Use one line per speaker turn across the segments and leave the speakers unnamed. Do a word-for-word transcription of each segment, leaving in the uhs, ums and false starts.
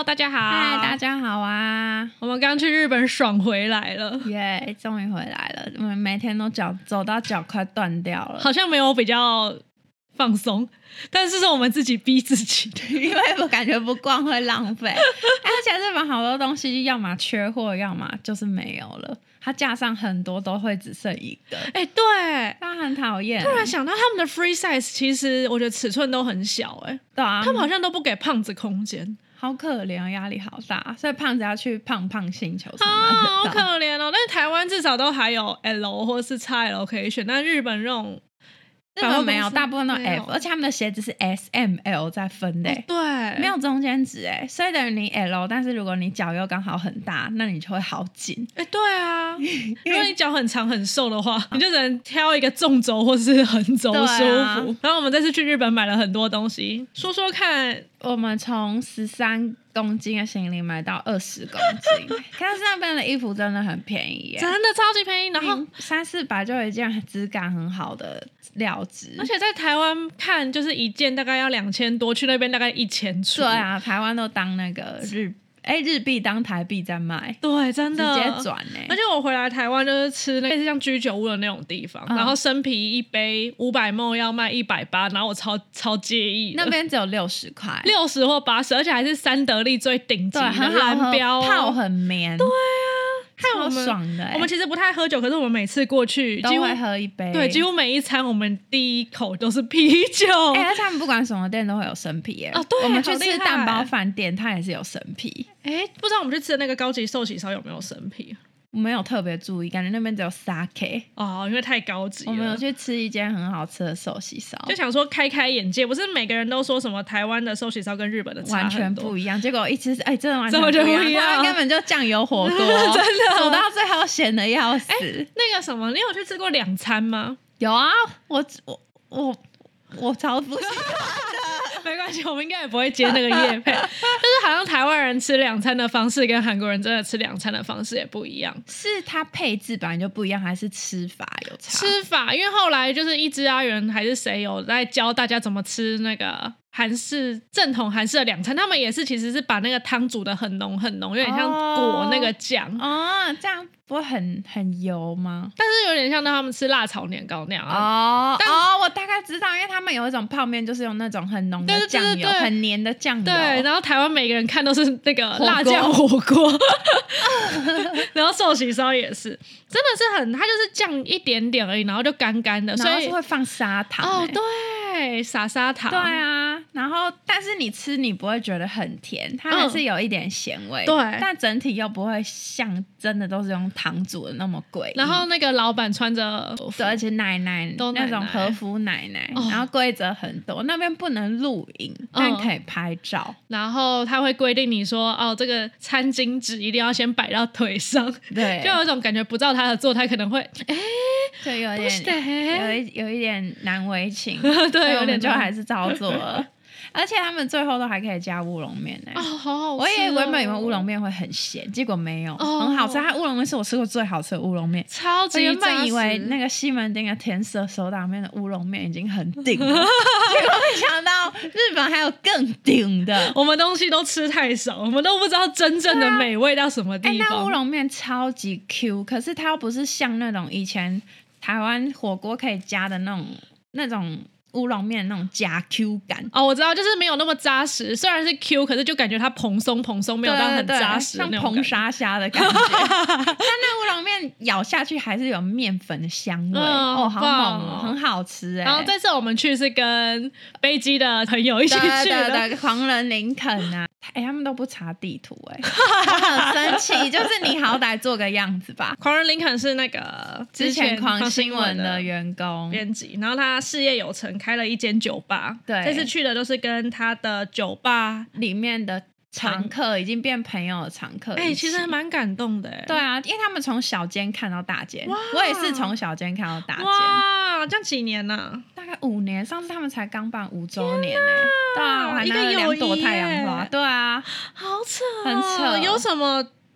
大家好。
嗨，大家好啊！
我们刚去日本爽回来了，
耶、yeah, 终于回来了。我们每天都脚走到脚快断掉了，
好像没有比较放松，但是是我们自己逼自己的，
因为我感觉不逛会浪费，而且日本好多东西要么缺货，要么就是没有了。它架上很多都会只剩一个，
哎、欸，对，
他很讨厌。
突然想到他们的 free size 其实我觉得尺寸都很小、欸，哎，
对啊，
他们好像都不给胖子空间。
好可怜，压力好大，所以胖子要去胖胖星球才买得到。
啊，好可怜哦！但是台湾至少都还有 L 或是 X L 可以选，但日本这种
日本没有，大部分都 F， 而且他们的鞋子是 S M L 在分的、欸
哦，对，
没有中间值哎、欸，所以等于你 L， 但是如果你脚又刚好很大，那你就会好紧。
哎、欸，对啊，如果你脚很长很瘦的话，你就只能挑一个纵轴或是横轴舒服、啊。然后我们这次去日本买了很多东西，说说看。
我们从十三公斤的行李买到二十公斤，但是那边的衣服真的很便宜耶，
真的超级便宜，然后
三四百就有一件质感很好的料子，
而且在台湾看就是一件大概要两千多，去那边大概一千出。
对啊，台湾都当那个日哎、欸、日币当台币在卖，
对，真的
直接转哎、欸。
而且我回来台湾就是吃那个像居酒屋的那种地方，嗯、然后生啤一杯五百 ml 要卖一百八，然后我超超介意的。
那边只有六十块，
六十或八十，而且还是三得利最顶级的蓝标、哦，
泡很绵。
对啊。
超爽的、欸！
我们其实不太喝酒，可是我们每次过去
都会喝一杯。
对，几乎每一餐我们第一口都是啤酒。
哎、欸，而且他们不管什么店都会有生啤耶、欸。
哦，对，
我们去吃蛋包饭店，它也是有生啤。
哎、欸，不知道我们去吃的那个高级寿喜烧有没有生啤？
我没有特别注意，感觉那边只有 sake
哦，因为太高级了。
我们有去吃一间很好吃的寿喜烧，
就想说开开眼界。不是每个人都说什么台湾的寿喜烧跟日本的差
完全不一样，结果一吃，哎、欸，真的完全
不一样，
它根本就酱油火锅，真
的
煮到最后咸的要死、
欸。那个什么，你有去吃过两餐吗？
有啊，我我我我超不喜欢
没关系，我们应该也不会接那个业配。就是好像台湾人吃两餐的方式跟韩国人真的吃两餐的方式也不一样，
是它配置本来就不一样，还是吃法有差？
吃法，因为后来就是一只阿元还是谁有在教大家怎么吃那个韩式正统韩式的两餐，他们也是其实是把那个汤煮得很浓很浓，有点像裹那个酱
哦，这样不会很很油吗？
但是有点像他们吃辣炒年糕那样
哦哦，我大概知道，因为他们有一种泡面就是用那种很浓的酱油，对对对对，很黏的酱油。
对，然后台湾每个人看都是那个辣酱火锅，然后寿喜烧也是，真的是很，它就是酱一点点而已，然后就干干的，所以
是会放砂糖、欸。
哦，对，撒砂糖。
对啊，然后但是你吃你不会觉得很甜，它还是有一点咸味。
对、
嗯，但整体又不会像真的都是用糖煮的那么贵。
然后那个老板穿着，
对，而且奶奶
都
那种和服奶奶，
哦、
然后规则很多，那边不能录影，但可以拍照。
嗯、然后他会规定你说，哦，这个餐巾纸一定要先摆到腿上，
对，
就有一种感觉不照他的做，他可能会，哎，
就有点有一有一点难为情，
对，有点
就还是照做了。而且他们最后都还可以加乌龙面呢、欸，
哦，好好吃、哦！
我也原本以为乌龙面会很咸，结果没有，
哦、
很好吃。它乌龙面是我吃过最好吃的乌龙面，
超级扎实。
我原本以为那个西门町的甜色手打面的乌龙面已经很顶了，结果没想到日本还有更顶的。
我们东西都吃太少，我们都不知道真正的美味到什么地方。
哎、欸，那乌龙面超级 Q， 可是它又不是像那种以前台湾火锅可以加的那种那种。乌龙面那种假 Q 感
哦，我知道，就是没有那么扎实，虽然是 Q， 可是就感觉它蓬松蓬松，没有到很扎实的那种感觉，
像硼砂虾的感觉。但那乌龙面咬下去还是有面粉的香味，嗯、哦，好猛哦，很好吃哎、欸。
然后这次我们去是跟飞机的朋友一起去的，
对对对，狂人林肯啊，哎、欸，他们都不查地图哎、欸，我很生气，就是你好歹做个样子吧。
狂人林肯是那个
之前狂新闻的员工
编辑，然后他事业有成。开了一间酒吧，
对，
这次去的都是跟他的酒吧
里面的常客，已经变朋友的常客。
哎、欸，其实还蛮感动的。
对啊，因为他们从小间看到大间，我也是从小间看到大间。
哇，这样几年呢、啊？
大概五年。上次他们才刚办五周年呢、欸。对啊，我还拿了两朵太阳花。对啊，
好扯、哦，
很扯。
有什么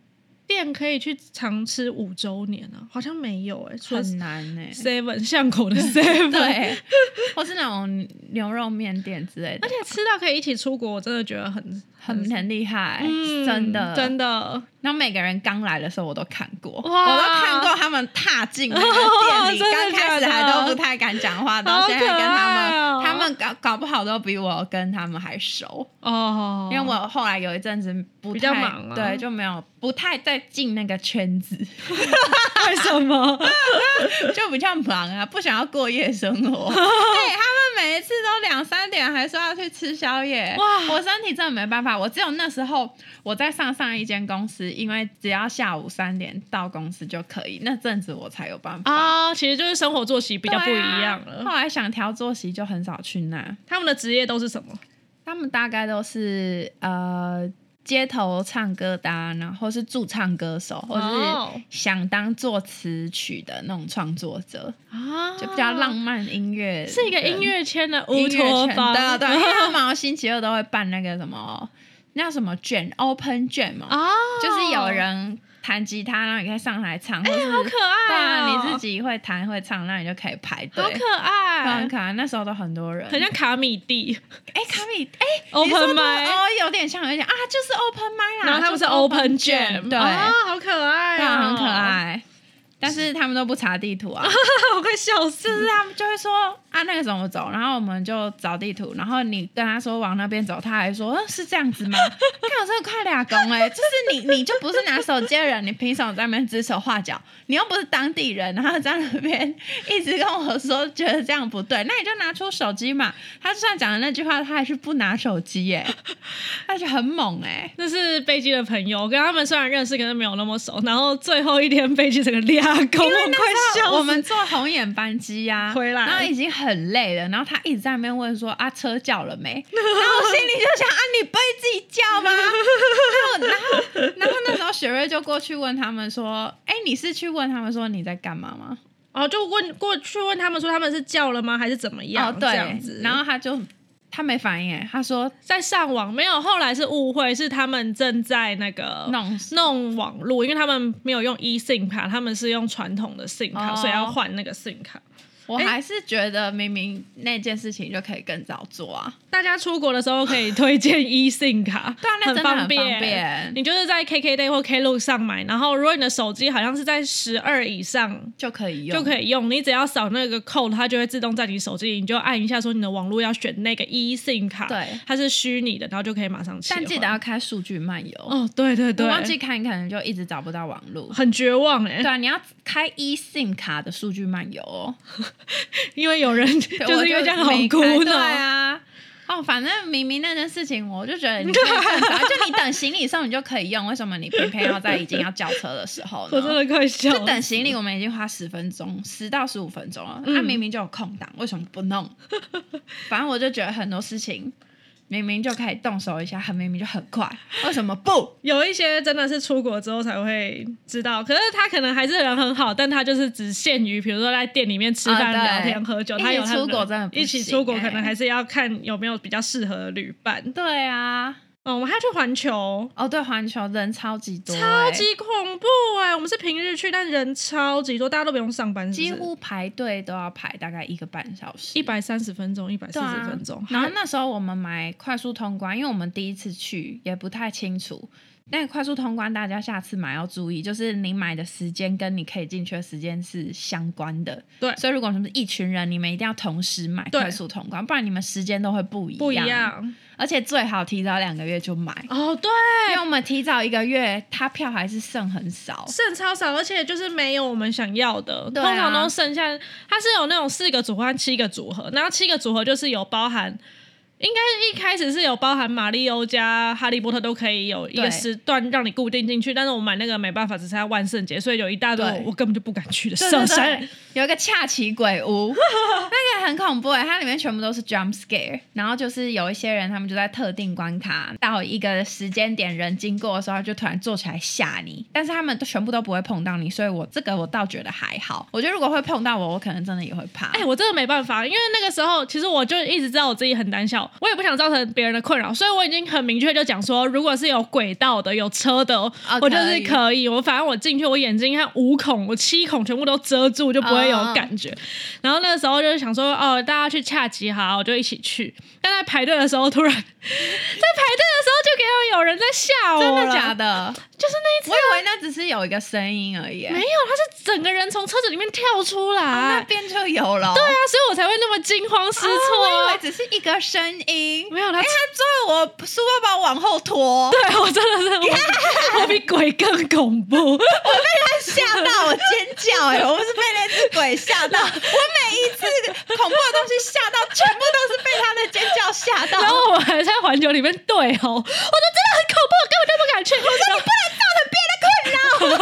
店可以去常吃五周年啊？好像没有哎、欸，
很难哎、欸。
Seven 巷口的 Seven，
对，或是那种牛肉面店之类的，
而且吃到可以一起出国，我真的觉得很
很很厉害、
嗯，
真的
真的。
然后每个人刚来的时候我都看过，我
哇
都看过他们踏进那个店里，
真的
刚开始还都不太敢讲话，到现在跟他们，
哦、
他们搞搞不好都比我跟他们还熟
哦。
因为我后来有一阵子不太
比较忙、啊，
对，就没有不太在进那个圈子。
为什么？
就比较忙啊，不想要过夜生活。哎、欸，他们每一次都两三点还说要去吃宵夜，哇！我身体真的没办法，我只有那时候我在上上一间公司，因为只要下午三点到公司就可以，那阵子我才有办法
啊、哦。其实就是生活作息比较不一样了。
啊、后来想调作息就很少去那。
他们的职业都是什么？
他们大概都是呃。街头唱歌的、啊，然后是驻唱歌手，或者是想当作词曲的那种创作者啊，就比较浪漫音乐，
是一个音乐圈的乌托邦。
对对，因为他们星期二都会办那个什么，那叫什么卷 ，open 卷嘛，哦、就是有人弹吉他，然后你可以上台唱，哎、
欸，好可爱、哦！
对啊，你自己会弹会唱，那你就可以排队，
好可爱，
很可爱。那时候都很多人，
很像卡米蒂。
哎、欸，卡米，哎、欸、
，open mic
哦，有点像，有点像啊，就是 open mic 啦。
然后他们是 open jam，
对
啊、哦，好可爱、哦，
对啊，很可爱。但是他们都不查地图啊，
我快笑死！
就是他们就会说啊，那个怎么走，然后我们就找地图，然后你跟他说往那边走，他还说、嗯、是这样子吗？看我真的快俩公哎，就是你你就不是拿手机的人，你凭什么在那边指手画脚？你又不是当地人，然后在那边一直跟我说觉得这样不对，那你就拿出手机嘛。他就算讲的那句话，他还是不拿手机耶，他就很猛哎。
这是贝基的朋友，我跟他们虽然认识，可是没有那么熟。然后最后一天，贝基整个俩。因为
那时候我们坐红眼班机呀、啊，
回来，
然后已经很累了，然后他一直在那边问说啊车叫了没？然后我心里就想啊你不会自己叫吗？然后然后然后那时候雪瑞就过去问他们说，哎、欸、你是去问他们说你在干嘛吗？
哦，就问过去问他们说他们是叫了吗还是怎么样？
哦对，
这样子，
然后他就。他没反应，他说
在上网没有，后来是误会，是他们正在那个
弄
弄网路，因为他们没有用 eSIM 卡，他们是用传统的 SIM 卡，哦、所以要换那个 SIM 卡。
我还是觉得明明那件事情就可以更早做啊！
大家出国的时候可以推荐 eSIM 卡，
对啊，那真的很方便。便
你就是在 K K Day 或 Klook 上买，然后如果你的手机好像是在十二以上
就可以用，
就可以用。你只要扫那个 code， 它就会自动在你手机里，你就按一下说你的网络要选那个 eSIM 卡，
对，
它是虚拟的，然后就可以马上切换。
但记得要开数据漫游
哦，对对对，
我忘记开，你可能就一直找不到网络，
很绝望哎、欸。
对啊，你要开 eSIM 卡的数据漫游哦，
因为有人就是因为这样好苦恼。
对啊，哦，反正明明那件事情，我就觉得你可以更早，就你等行李送你就可以用，为什么你偏偏要在已经要叫车的时候呢？
我真的快笑了。
就等行李，我们已经花十分钟，十到十五分钟了，他、嗯啊、明明就有空档，为什么不弄？反正我就觉得很多事情。明明就可以动手一下，很明明就很快，为什么不？
有一些真的是出国之后才会知道，可是他可能还是人很好，但他就是只限于比如说在店里面吃饭、啊、聊天、喝酒。他有他
出国真的不行、欸、
一起出国可能还是要看有没有比较适合的旅伴。
对啊。
哦，我们还要去环球
哦，对，环球人超级多、欸，
超级恐怖哎、欸！我们是平日去，但人超级多，大家都不用上班是不是，
几乎排队都要排大概一个半小时，
一百三十分钟，一百四十分钟。
然后那时候我们买快速通关，因为我们第一次去也不太清楚。那个快速通关，大家下次买要注意，就是你买的时间跟你可以进去的时间是相关的。
对，
所以如果你们一群人，你们一定要同时买快速通关，不然你们时间都会不一样。
不一样，
而且最好提早两个月就买。
哦，对，
因为我们提早一个月，它票还是剩很少，
剩超少，而且就是没有我们想要的，
对啊、
通常都剩下。它是有那种四个组合和七个组合，然后七个组合就是有包含。应该一开始是有包含马里欧加哈利波特都可以有一个时段让你固定进去，但是我买那个没办法，只是在万圣节，所以有一大堆 我, 我根本就不敢去的。
对对对，有一个恰奇鬼屋，那个很恐怖哎，它里面全部都是 jump scare， 然后就是有一些人他们就在特定关卡到一个时间点，人经过的时候就突然坐起来吓你，但是他们都全部都不会碰到你，所以我这个我倒觉得还好。我觉得如果会碰到我，我可能真的也会怕。
哎、欸，我真的没办法，因为那个时候其实我就一直知道我自己很胆小。 我也不想造成别人的困扰，所以我已经很明确就讲说，如果是有轨道的有车的、哦、我就是可以，我反正我进去我眼睛看五孔我七孔全部都遮住，就不会有感觉、哦、然后那个时候就是想说哦，大家去恰吉好，我就一起去。但在排队的时候突然在排队的时候就给我有人在吓我了。
真的假的？
就是那一次、啊、
我以为那只是有一个声音而已。
没有，他是整个人从车子里面跳出来、
哦、那边就有了。
对啊，所以我才会那么惊慌失措、哦、
我以为只是一个声音。
没有，他、欸、
他抓我书包把我往后拖。
对，我真的是我, 我比鬼更恐怖。我
被他吓到，我尖叫。哎、欸，我不是被那只鬼吓到，我每一次恐怖的东西吓到全部都是被他的尖叫吓到。
然后我还在环球里面对吼，我说真的很恐怖，我根本就不敢去。
我说你不能造成别人的困扰。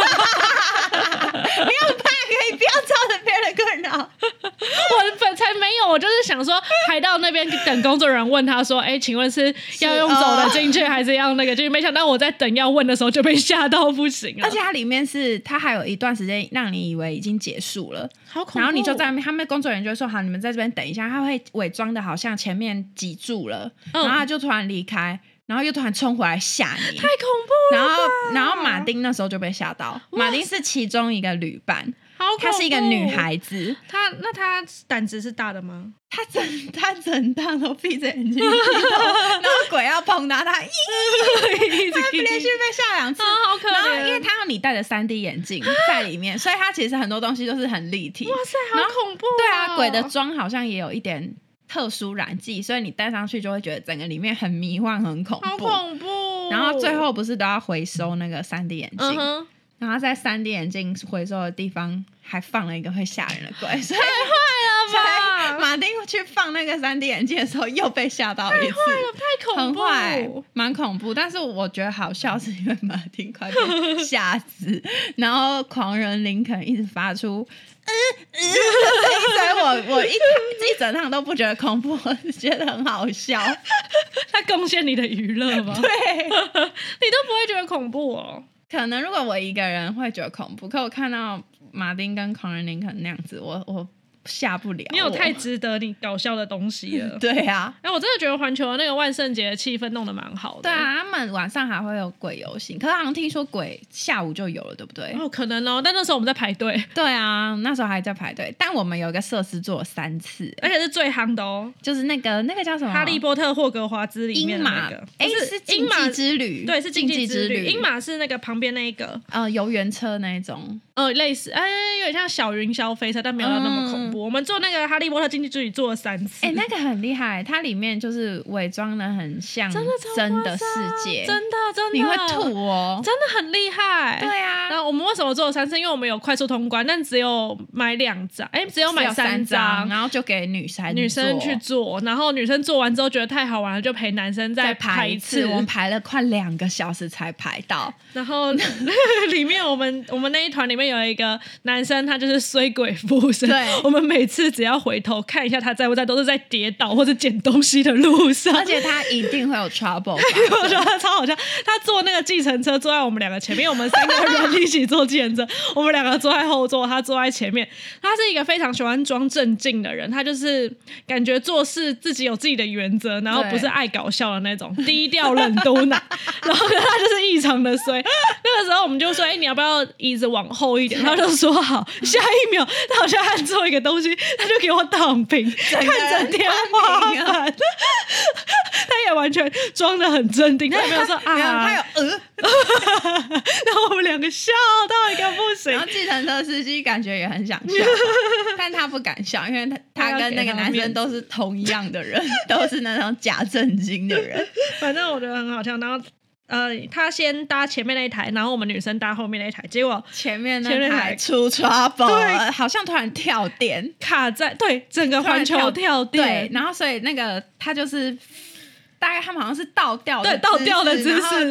不要怕，可以不要造成别人的困扰。
我本才没有，我就是想说排到那边等工作人员问他说，哎，请问是要用走的进去还是要那个？就是没想到我在等要问的时候就被吓到不行了。
而且它里面是它还有一段时间让你以为已经结束了，
好恐怖。
然后你就在那边，他们工作人员就会说好，你们在这边等一下，他会伪装的好像前面挤住了，嗯、然后他就突然离开。然后又突然冲回来吓你，
太恐怖了。
然后，然后马丁那时候就被吓到。马丁是其中一个旅伴，她是一个女孩子。
她那她胆子是大的吗？
她整她整趟都闭着眼睛，然后鬼要碰她，她咦，她连续被吓两次，
哦、好可怜。
然后因为她有你戴的 三 D 眼镜在里面，所以她其实很多东西都是很立体。
哇塞，好恐怖、哦！
对啊，鬼的妆好像也有一点特殊染剂，所以你戴上去就会觉得整个里面很迷幻很恐怖，
好恐怖。
然后最后不是都要回收那个 三 D 眼镜、
嗯、
然后在 三 D 眼镜回收的地方还放了一个会吓人的鬼，所以
太坏了吧。
马丁去放那个 三 D 眼镜的时候又被吓到一次，
太坏了，太恐怖，
很坏，蛮恐怖。但是我觉得好笑是因为马丁快被吓死然后狂人林肯一直发出嗯嗯，所以我我一一整趟都不觉得恐怖，我是觉得很好笑。
他贡献你的娱乐吗？
对，
你都不会觉得恐怖哦。
可能如果我一个人会觉得恐怖，可我看到马丁跟狂人林肯那样子，我我下不了。
你有太值得你搞笑的东西了。
对啊，
哎、欸，我真的觉得环球的那个万圣节的气氛弄得蛮好的。
对啊，他们晚上还会有鬼游行，可是好像听说鬼下午就有了，对不对？
哦，可能哦，但那时候我们在排队。
对啊，那时候还在排队，但我们有一个设施做了三次，
而且是最夯的哦，
就是那个那个叫什么《
哈利波特霍格华兹》里面的那个，
哎、欸，是禁忌之旅，
对，是禁忌之旅。
英
马是那个旁边那一个，
呃，游园车那一种，
呃，类似，哎、欸，有点像小云霄飞车，但没有到那么恐怖。嗯、我们做那个哈利波特禁忌之旅做了三次，
哎、欸，那个很厉害，它里面就是伪装的很像真的真的世界，
真的真的，
你会吐哦，
真的很厉害。
对啊，
然后我们为什么做了三次？因为我们有快速通关，但只有买两张，哎、欸，只有买三张，
然后就给女生
女生去做，然后女生做完之后觉得太好玩了，就陪男生再排一次。
我们排了快两个小时才排到，
然后里面我们我们那一团里面有一个男生，他就是衰鬼附身。对，我们每次只要回头看一下他在不在，都是在跌倒或者捡东西的路上，
而且他一定会有 trouble。
我觉得他超好笑，他坐那个计程车坐在我们两个前面，因为我们三个人一起坐计程车，我们两个坐在后座，他坐在前面。他是一个非常喜欢装正经的人，他就是感觉做事自己有自己的原则，然后不是爱搞笑的那种低调冷都男。然后他就是异常的衰。那个时候我们就说：“哎、欸，你要不要椅子往后一点？”他就说：“好。”下一秒，他好像按错一个东西，他就给我躺平，看着天花板。他也完全装得很镇定，他也没有说啊，
他有呃，
然后我们两个笑到一个不行。
然后计程车司机感觉也很想笑，但他不敢笑，因为他他跟那个男生都是同一样的人，都是那种假正经的人。
反正我觉得很好笑，然后。呃，他先搭前面那一台，然后我们女生搭后面那一台，结果
前面那台出 trouble， 对，好像突然跳电，
卡在对整个环球跳电，
对，然后所以那个他就是大概他们好像是倒吊的
对倒吊的姿势，
然后在那边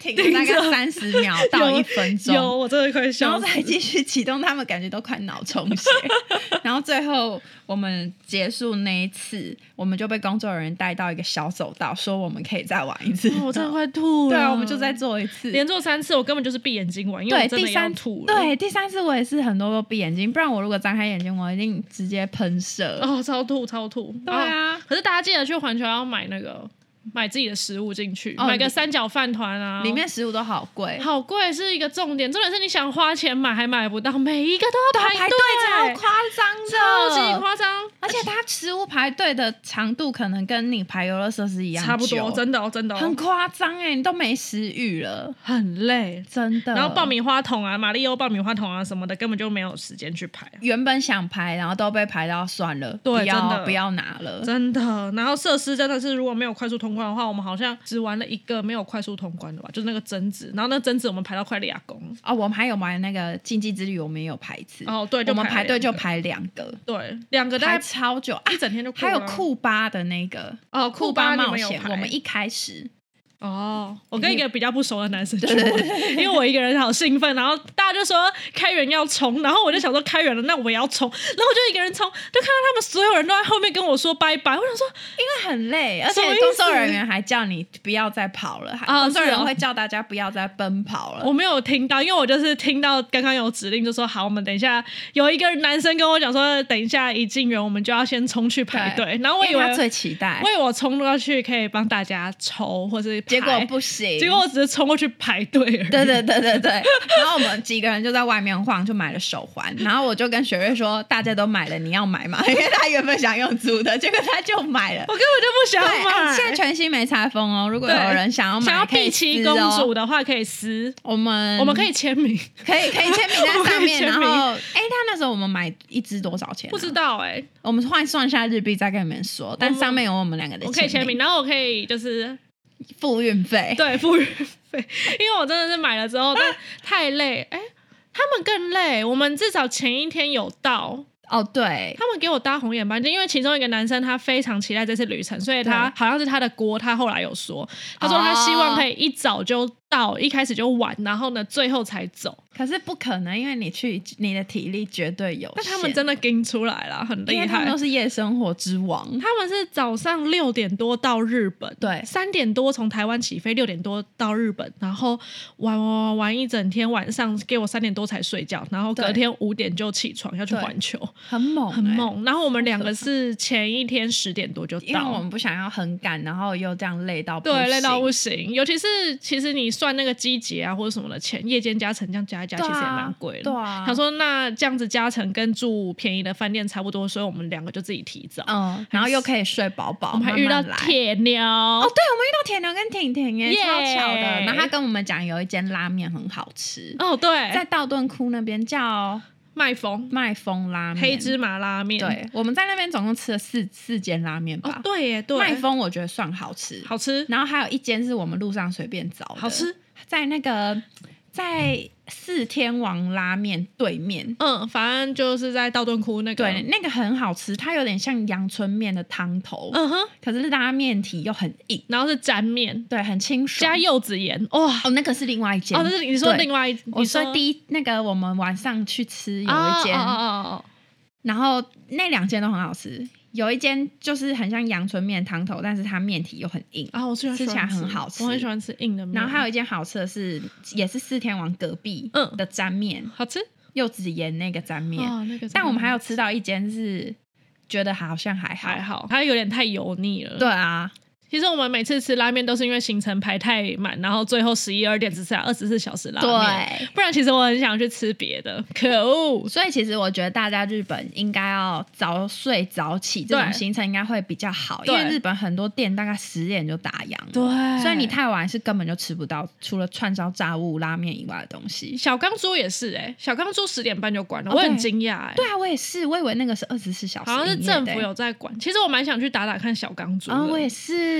停了大概三十秒到一分钟，
有我真的快笑死，
然后再继续启动，他们感觉都快脑充血。然后最后我们结束那一次，我们就被工作人员带到一个小走道，说我们可以再玩一次。
哦、我真的快吐了。
对啊，我们就再做一次，
连做三次，我根本就是闭眼睛玩，因为我真的要吐了。
对，第三次我也是很多都闭眼睛，不然我如果张开眼睛，我一定直接喷射。
哦，超吐超吐。
对啊，
可是大家记得去环球要买那个。买自己的食物进去、哦、买个三角饭团啊，
里面食物都好贵，
好贵是一个重点，重点是你想花钱买还买不到，每一个都要排队，
超夸张的，
超级夸张，
而且它食物排队的长度可能跟你排游乐设施一样久，
差不多，真的哦，真的、哦、
很夸张哎，你都没食欲了，
很累，
真的。
然后爆米花桶啊，马里欧爆米花桶啊什么的，根本就没有时间去排、啊。
原本想排，然后都被排到算了，
对，
不要
真的
不要拿了，
真的。然后设施真的是，如果没有快速通关的话，我们好像只玩了一个没有快速通关的吧，就是那个贞子。然后那贞子我们排到快俩公
哦，我们还有玩那个竞技之旅，我们也有排一次
哦，对，就
我们排队就排两个，
对，两个大概
排超久，
一整天就
还有库巴的那个
哦，库巴
冒险，我们一开始。
哦，我跟一个比较不熟的男生去玩，因为我一个人好兴奋，然后大家就说开园要冲，然后我就想说开园了，那我也要冲，然后我就一个人冲，就看到他们所有人都在后面跟我说拜拜，我想说
因为很累，而且工作人员还叫你不要再跑了，
哦、
工作人员会叫大家不要再奔跑了。
我没有听到，因为我就是听到刚刚有指令，就说好，我们等一下有一个男生跟我讲说，等一下一进园我们就要先冲去排队，然后我以为
他最期待，
我以为我冲过去可以帮大家抽或是排，
结果不行。
结果我只是冲过去排队而已。
对对对对对，然后我们几个人就在外面晃，就买了手环。然后我就跟雪瑞说：“大家都买了，你要买吗？”因为他原本想用租的，结果他就买了。
我根本就不想买。
现在全新没拆封哦，如果有人想要买，
想要碧琪公主的话，可以撕。
我们
我们可以签名，
可以可以签名在上面。然后，哎，他那时候我们买一支多少钱、啊？
不知道哎、欸，
我们换算下日币再跟你们说。但上面有我们两个的签名，
我可以签名，然后我可以就是。
付运费，
对，付运费，因为我真的是买了之后，但太累，哎、欸，他们更累，我们至少前一天有到。
哦，对，
他们给我搭红眼班机，因为其中一个男生他非常期待这次旅程，所以他好像是他的锅，他后来有说，他说他希望可以一早就到，哦、一开始就玩，然后呢最后才走。
可是不可能，因为你去你的体力绝对有限。
但他们真的跟出来了，很厉害。
他们都是夜生活之王。
他们是早上六点多到日本，
对，
三点多从台湾起飞，六点多到日本，然后玩玩玩玩一整天，晚上给我三点多才睡觉，然后隔天五点就起床要去环球，
很猛、欸、
很猛。然后我们两个是前一天十点多就到，
因为我们不想要很赶，然后又这样累到不行，
对，累到不行。尤其是其实你算那个机节啊或者什么的钱，夜间加成这样加一加，其实也蛮贵。
对啊，
他说那这样子加成跟住便宜的饭店差不多，所以我们两个就自己提早，
嗯，然后又可以睡饱饱。
我们还遇到铁牛
哦，对，我们遇到铁牛跟婷婷耶，
yeah
超巧的。然后他跟我们讲有一间拉面很好吃
哦，对，
在道顿窟那边叫
麦风
麦风拉面，
黑芝麻拉面。
对，我们在那边总共吃了四四间拉面吧。
哦，对耶，对，
麦风我觉得算好吃，
好吃。
然后还有一间是我们路上随便找的，
好吃，
在那个。在四天王拉面对面，
嗯，反正就是在道顿窟那个，
对，那个很好吃，它有点像阳春面的汤头，
嗯哼，
可是拉面体又很硬，
然后是沾面，
对，很清爽，
加柚子盐，哇，
哦，那个是另外一间，
哦，那是你说另外一，
我说第一那个我们晚上去吃有一间，
哦哦哦哦，
然后那两间都很好吃。有一间就是很像阳春面汤头，但是它面体又很硬
啊，我喜欢吃，
吃起来很好吃，
我很喜欢吃硬的面。
然后还有一间好吃的是，也是四天王隔壁的沾面，
嗯，好吃，
柚子盐那个沾面，
哦，那个。
但我们还有吃到一间是觉得好像还好，
还好，它有点太油腻了。
对啊。
其实我们每次吃拉面都是因为行程排太满，然后最后十一二点只吃二十四小时拉面。对，不然其实我很想去吃别的。可恶！
所以其实我觉得大家日本应该要早睡早起，这种行程应该会比较好，因为日本很多店大概十点就打烊了。
对，
所以你太晚是根本就吃不到除了串烧炸物拉面以外的东西。
小钢珠也是哎、欸，小钢珠十点半就关了，哦、我很惊讶哎。
对啊，我也是，我以为那个是二十四小时，
好像是政府有在管。其实我蛮想去打打看小钢珠的。
啊、哦，我也是。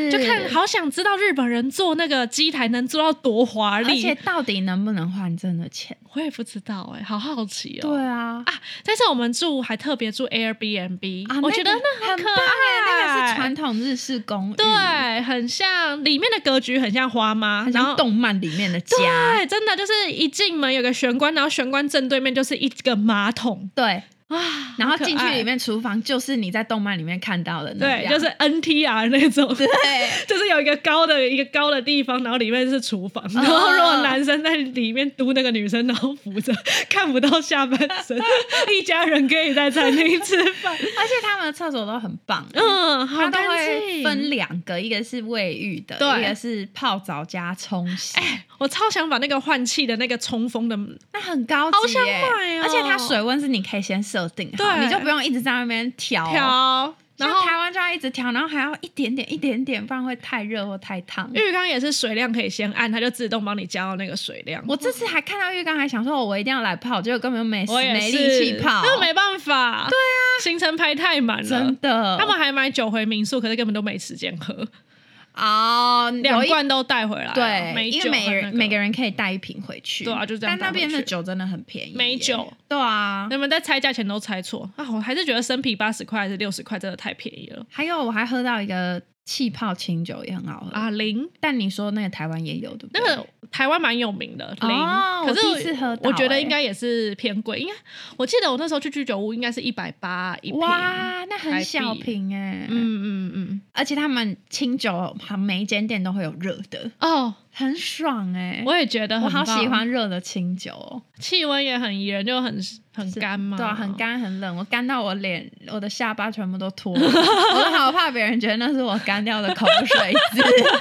是，
就看好想知道日本人做那个机台能做到多华丽，
而且到底能不能换真的钱？
我也不知道哎、欸，好好奇哦。
对啊，
啊！但是我们住还特别住 Airbnb，、
啊、
我觉得那
很
可爱，
那个是传统日式公寓，
对，很像里面的格局很像花妈，
很像动漫里面的家，
对，真的就是一进门有个玄关，然后玄关正对面就是一个马桶，
对。
啊，
然后进去里面厨房就是你在动漫里面看到的那
样，对，就是 N T R 那种，
对，
就是有一个高的一个高的地方，然后里面是厨房，然后如果男生在里面嘟那个女生，然后扶着看不到下半身，一家人可以在餐厅吃饭，
而且他们的厕所都很棒，
嗯，好干
净，分两个，一个是卫浴的，一个是泡澡加冲洗。
哎，我超想把那个换气的那个冲锋的，
那很高级耶，
好想买哦，
而且它水温是你可以先设定好，你就不用一直在那边调
调。
然后台湾就要一直调，然后还要一点点一点点，不然会太热或太烫。
浴缸也是水量可以先按，它就自动帮你加到那个水量。
我这次还看到浴缸，还想说我一定要来泡，结果根本没没力气泡，
那没办法。对啊，行程排太满了，
真的。
他们还买酒回民宿，可是根本都没时间喝。
哦，
两罐都带回来，
对，
美酒
因为每人、
那個、
每个人可以带一瓶回去，
对啊，就这样。
但那边的酒真的很便宜，
美酒，
对啊，
你们在猜价钱都猜错啊！我还是觉得生啤八十块还是六十块真的太便宜了。
还有，我还喝到一个气泡清酒也很好喝
啊，零。
但你说那个台湾也有对不对？
那个台湾蛮有名的零，
哦、
可是
我第一次喝到、欸，
我觉得应该也是偏贵。应该我记得我那时候去居酒屋应该是一百八一瓶，
哇，那很小瓶哎、欸，
嗯嗯嗯，
而且他们清酒每一间店都会有热的
哦，
很爽哎、欸，
我也觉得很
我好喜欢热的清酒、哦，
气温也很宜人，就很很干嘛，
对啊，很干很冷，我干到我脸我的下巴全部都脱了，我都好怕别人觉得那是我干掉的口水渍。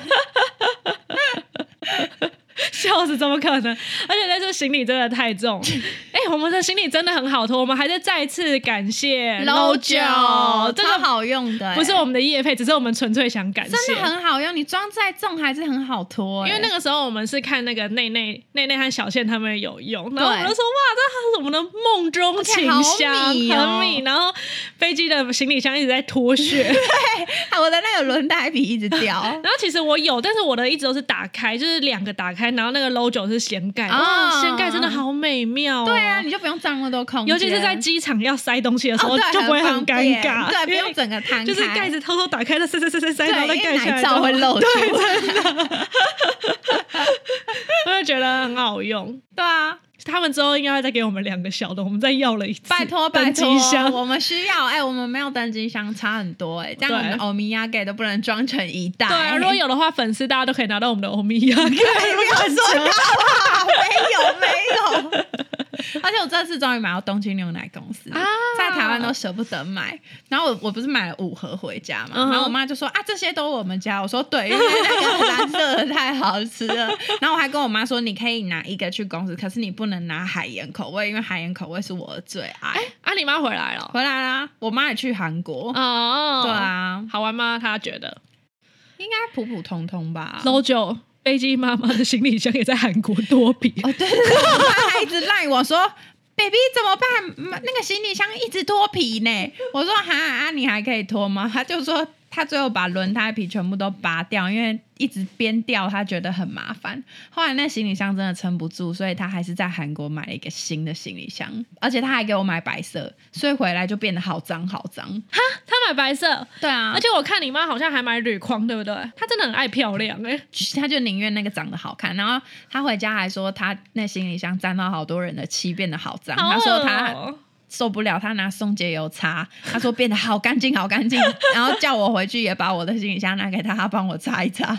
笑死，怎么可能？而且那次行李真的太重，哎、欸，我们的行李真的很好拖，我们还是再次感谢 Low 九，
这个好用的、欸，
不是我们的业配，只是我们纯粹想感谢，
真的很好用，你装再重还是很好拖、欸。
因为那个时候我们是看那个内内内内和小倩他们有用，然后我们就说哇，这是我们的梦中情香，很密、哦、很密。然后飞机的行李箱一直在脱屑，
对，我的那个轮胎皮一直掉。
然后其实我有，但是我的一直都是打开，就是两个打开，然后那个 Low 九是掀盖，哇，掀盖真的好美妙、哦。
对啊，你就不用占那么多空间，
尤其是在机场要塞东西的时候，
哦、
就不会很尴尬，
对，不用整个摊开，
就是盖子偷偷打开，再塞塞塞塞塞，然后再盖下来，
奶罩会露出
来。真的，我就觉得很好用。
对啊。
他们之后应该会再给我们两个小的，我们再要了一次。
拜托拜托，我们需要哎、欸，我们没有登机箱差很多哎、欸，这样我们欧米亚给都不能装成一袋。
对啊，如果有的话，粉丝大家都可以拿到我们的欧米亚给。
不要说好，没有没有。而且我这次终于买到东京牛奶公司，啊、在台湾都舍不得买。然后我我不是买了五盒回家嘛，嗯、然后我妈就说啊，这些都我们家。我说对，因为那个蓝色的太好吃了。然后我还跟我妈说，你可以拿一个去公司，可是你不能拿海盐口味，因为海盐口味是我的最爱。
欸、啊，你妈回来了？
回来啦，我妈也去韩国。
哦，
对啊，
好玩吗？她觉得
应该普普通通吧。
Low 九飞机妈妈的行李箱也在韩国多比。
哦，对对对，我妈还一直赖我说，baby 怎么办？那个行李箱一直脱皮呢。我说哈啊，你还可以脱吗？他就说他最后把轮胎皮全部都拔掉，因为一直边掉他觉得很麻烦。后来那行李箱真的撑不住，所以他还是在韩国买了一个新的行李箱，而且他还给我买白色，所以回来就变得好脏好脏。
哈，他买白色？
对啊，
而且我看你妈好像还买铝框，对不对？她真的很爱漂亮哎、
欸，他就宁愿那个长得好看。然后他回家还说他那行李箱沾到好多人的漆，变得好脏。
好
他说他受不了，他拿松节油擦，他说变得好干净好干净，然后叫我回去也把我的行李箱拿给他，他帮我擦一擦。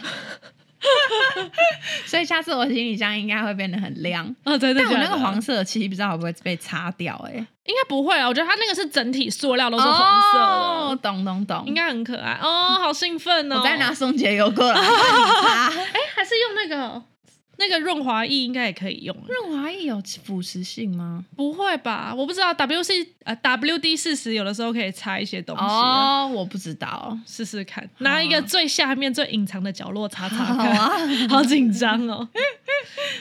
所以下次我行李箱应该会变得很亮。
哦，对对对，
但我那个黄色的漆不知道会不会被擦掉、欸？哎，
应该不会啊，我觉得它那个是整体塑料都是黄色的。
哦，懂懂懂，
应该很可爱哦，好兴奋哦！
我再拿松节油过来帮你擦。
哎，还是用那个。那个润滑液应该也可以用。
润滑液有腐蚀性吗？
不会吧，我不知道。W C 呃 W D 四十有的时候可以擦一些东西
哦，我不知道，
试试看，拿一个最下面最隐藏的角落擦擦看。
好啊，
好紧张哦。啊，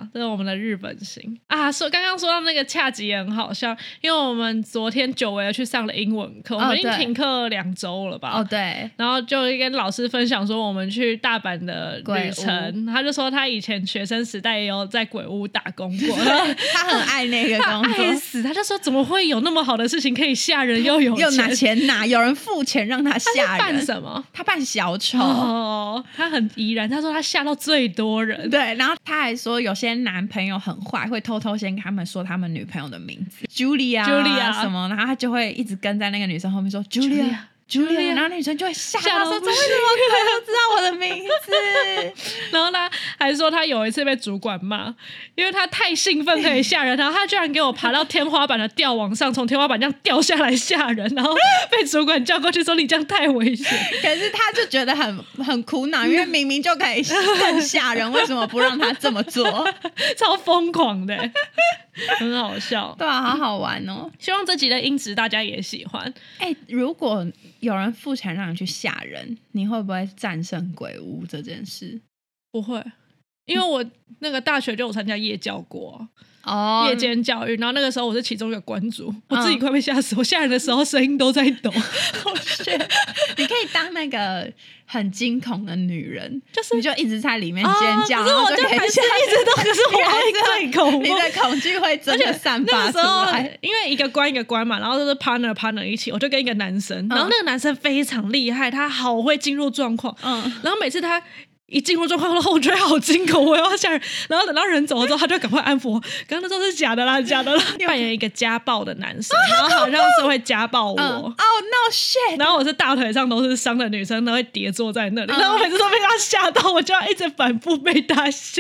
啦，这是我们的日本行啊。说刚刚说到那个恰吉也很好笑，因为我们昨天久违的去上了英文课，我们已经停课两周了吧？
哦，对。
然后就跟老师分享说我们去大阪的旅程，他就说他以前学生时代也有在鬼屋打工过，
他很爱那个工作，
爱死。他就说怎么会有那么好的事情可以吓人又有钱
又拿钱拿，有人付钱让他吓人。
他扮什么？
他扮小丑。
哦，他很怡然。他说他吓到最多人。
对，然后他还说有些男朋友很坏，会偷偷先跟他们说他们女朋友的名字 Julia
Julia
什么，然后他就会一直跟在那个女生后面说 Julia Julia， 然后女生就会吓到说怎么会那么快都知道我的名字。
然后他还说他有一次被主管骂，因为他太兴奋可以吓人，然后他居然给我爬到天花板的吊网上，从天花板这样掉下来吓人，然后被主管叫过去说你这样太危险。
可是他就觉得很很苦恼，因为明明就可以更吓人，为什么不让他这么做？
超疯狂的，很好笑。
对啊，好好玩哦。
希望这集的音质大家也喜欢。
哎、欸，如果有人付钱让你去吓人，你会不会战胜鬼屋这件事？
不会，因为我那个大学就有参加夜教过
哦，
夜间教育，然后那个时候我是其中一个关主，我自己快被吓死，我吓人的时候声音都在抖。
你可以当那个很惊恐的女人，
就是
你就一直在里面尖叫，
啊、可是我就还是一直都，可是我会最恐怖，
你的恐惧会真的散发出来。
因为一个关一个关嘛，然后都是 partner partner 一起，我就跟一个男生，然后那个男生非常厉害，他好会进入状况，嗯，然后每次他一进入状况后，我觉得好惊恐，我要吓人。然后等到人走了之后，他就赶快安抚我。刚刚那都是假的啦，假的啦。扮演一个家暴的男生，然后好像是会家暴我。
嗯、oh no shit！
然后我是大腿上都是伤的女生，然后会叠坐在那里。嗯、然后我每次都被他吓到，我就要一直反复被他吓。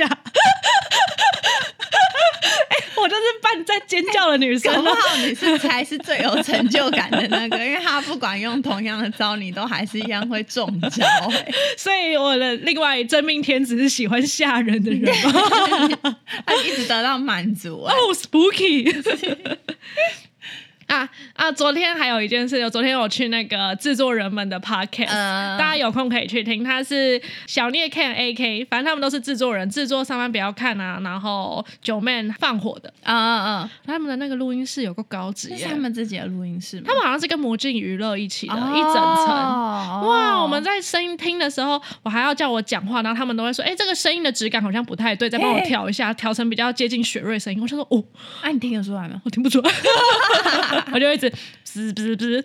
哎、欸，我就是扮在尖叫的女生，
搞不好你是才是最有成就感的那个，因为他不管用同样的招，你都还是一样会中招、欸。
所以我的另外真命天子是喜欢吓人的人吗？
他一直得到满足、欸。
哦、oh, ，spooky 啊啊！昨天还有一件事，昨天我去那个制作人们的 podcast，、呃、大家有空可以去听。他是小聂 Ken A K， 反正他们都是制作人，制作上班不要看啊，然后九妹放火的，
嗯嗯嗯，
他们的那个录音室有个高级，
那是他们自己的录音室吗？
他们好像是跟魔镜娱乐一起的、哦、一整层。哇！我们在声音听的时候，我还要叫我讲话，然后他们都会说：“哎、欸，这个声音的质感好像不太对，再帮我调一下，调、欸、成比较接近雪瑞声音。”我就说：“哦，
啊，你听得出来吗？”
我听不出来。我就一直滋滋滋，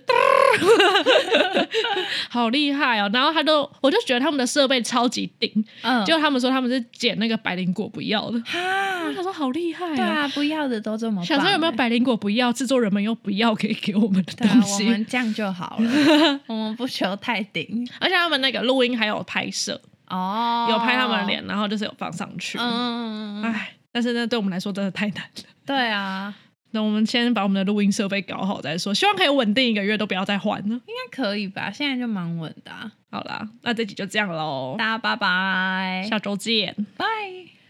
好厉害哦！然后他都，我就觉得他们的设备超级顶，嗯，结果他们说他们是捡那个百灵果不要的，哈，他说好厉害、啊，
对啊，不要的都这么棒，
想说有没有百灵果不要，制作人们又不要，可以给我们的东西，
啊、我们这样就好了，我们不求太顶，
而且他们那个录音还有拍摄哦，有拍他们的脸，然后就是有放上去，嗯，哎，但是那对我们来说真的太难了，
对啊。
那我们先把我们的录音设备搞好再说，希望可以稳定一个月都不要再换了。
应该可以吧？现在就蛮稳的、啊。
好啦，那这集就这样咯，
大家拜拜，
下周见，
拜。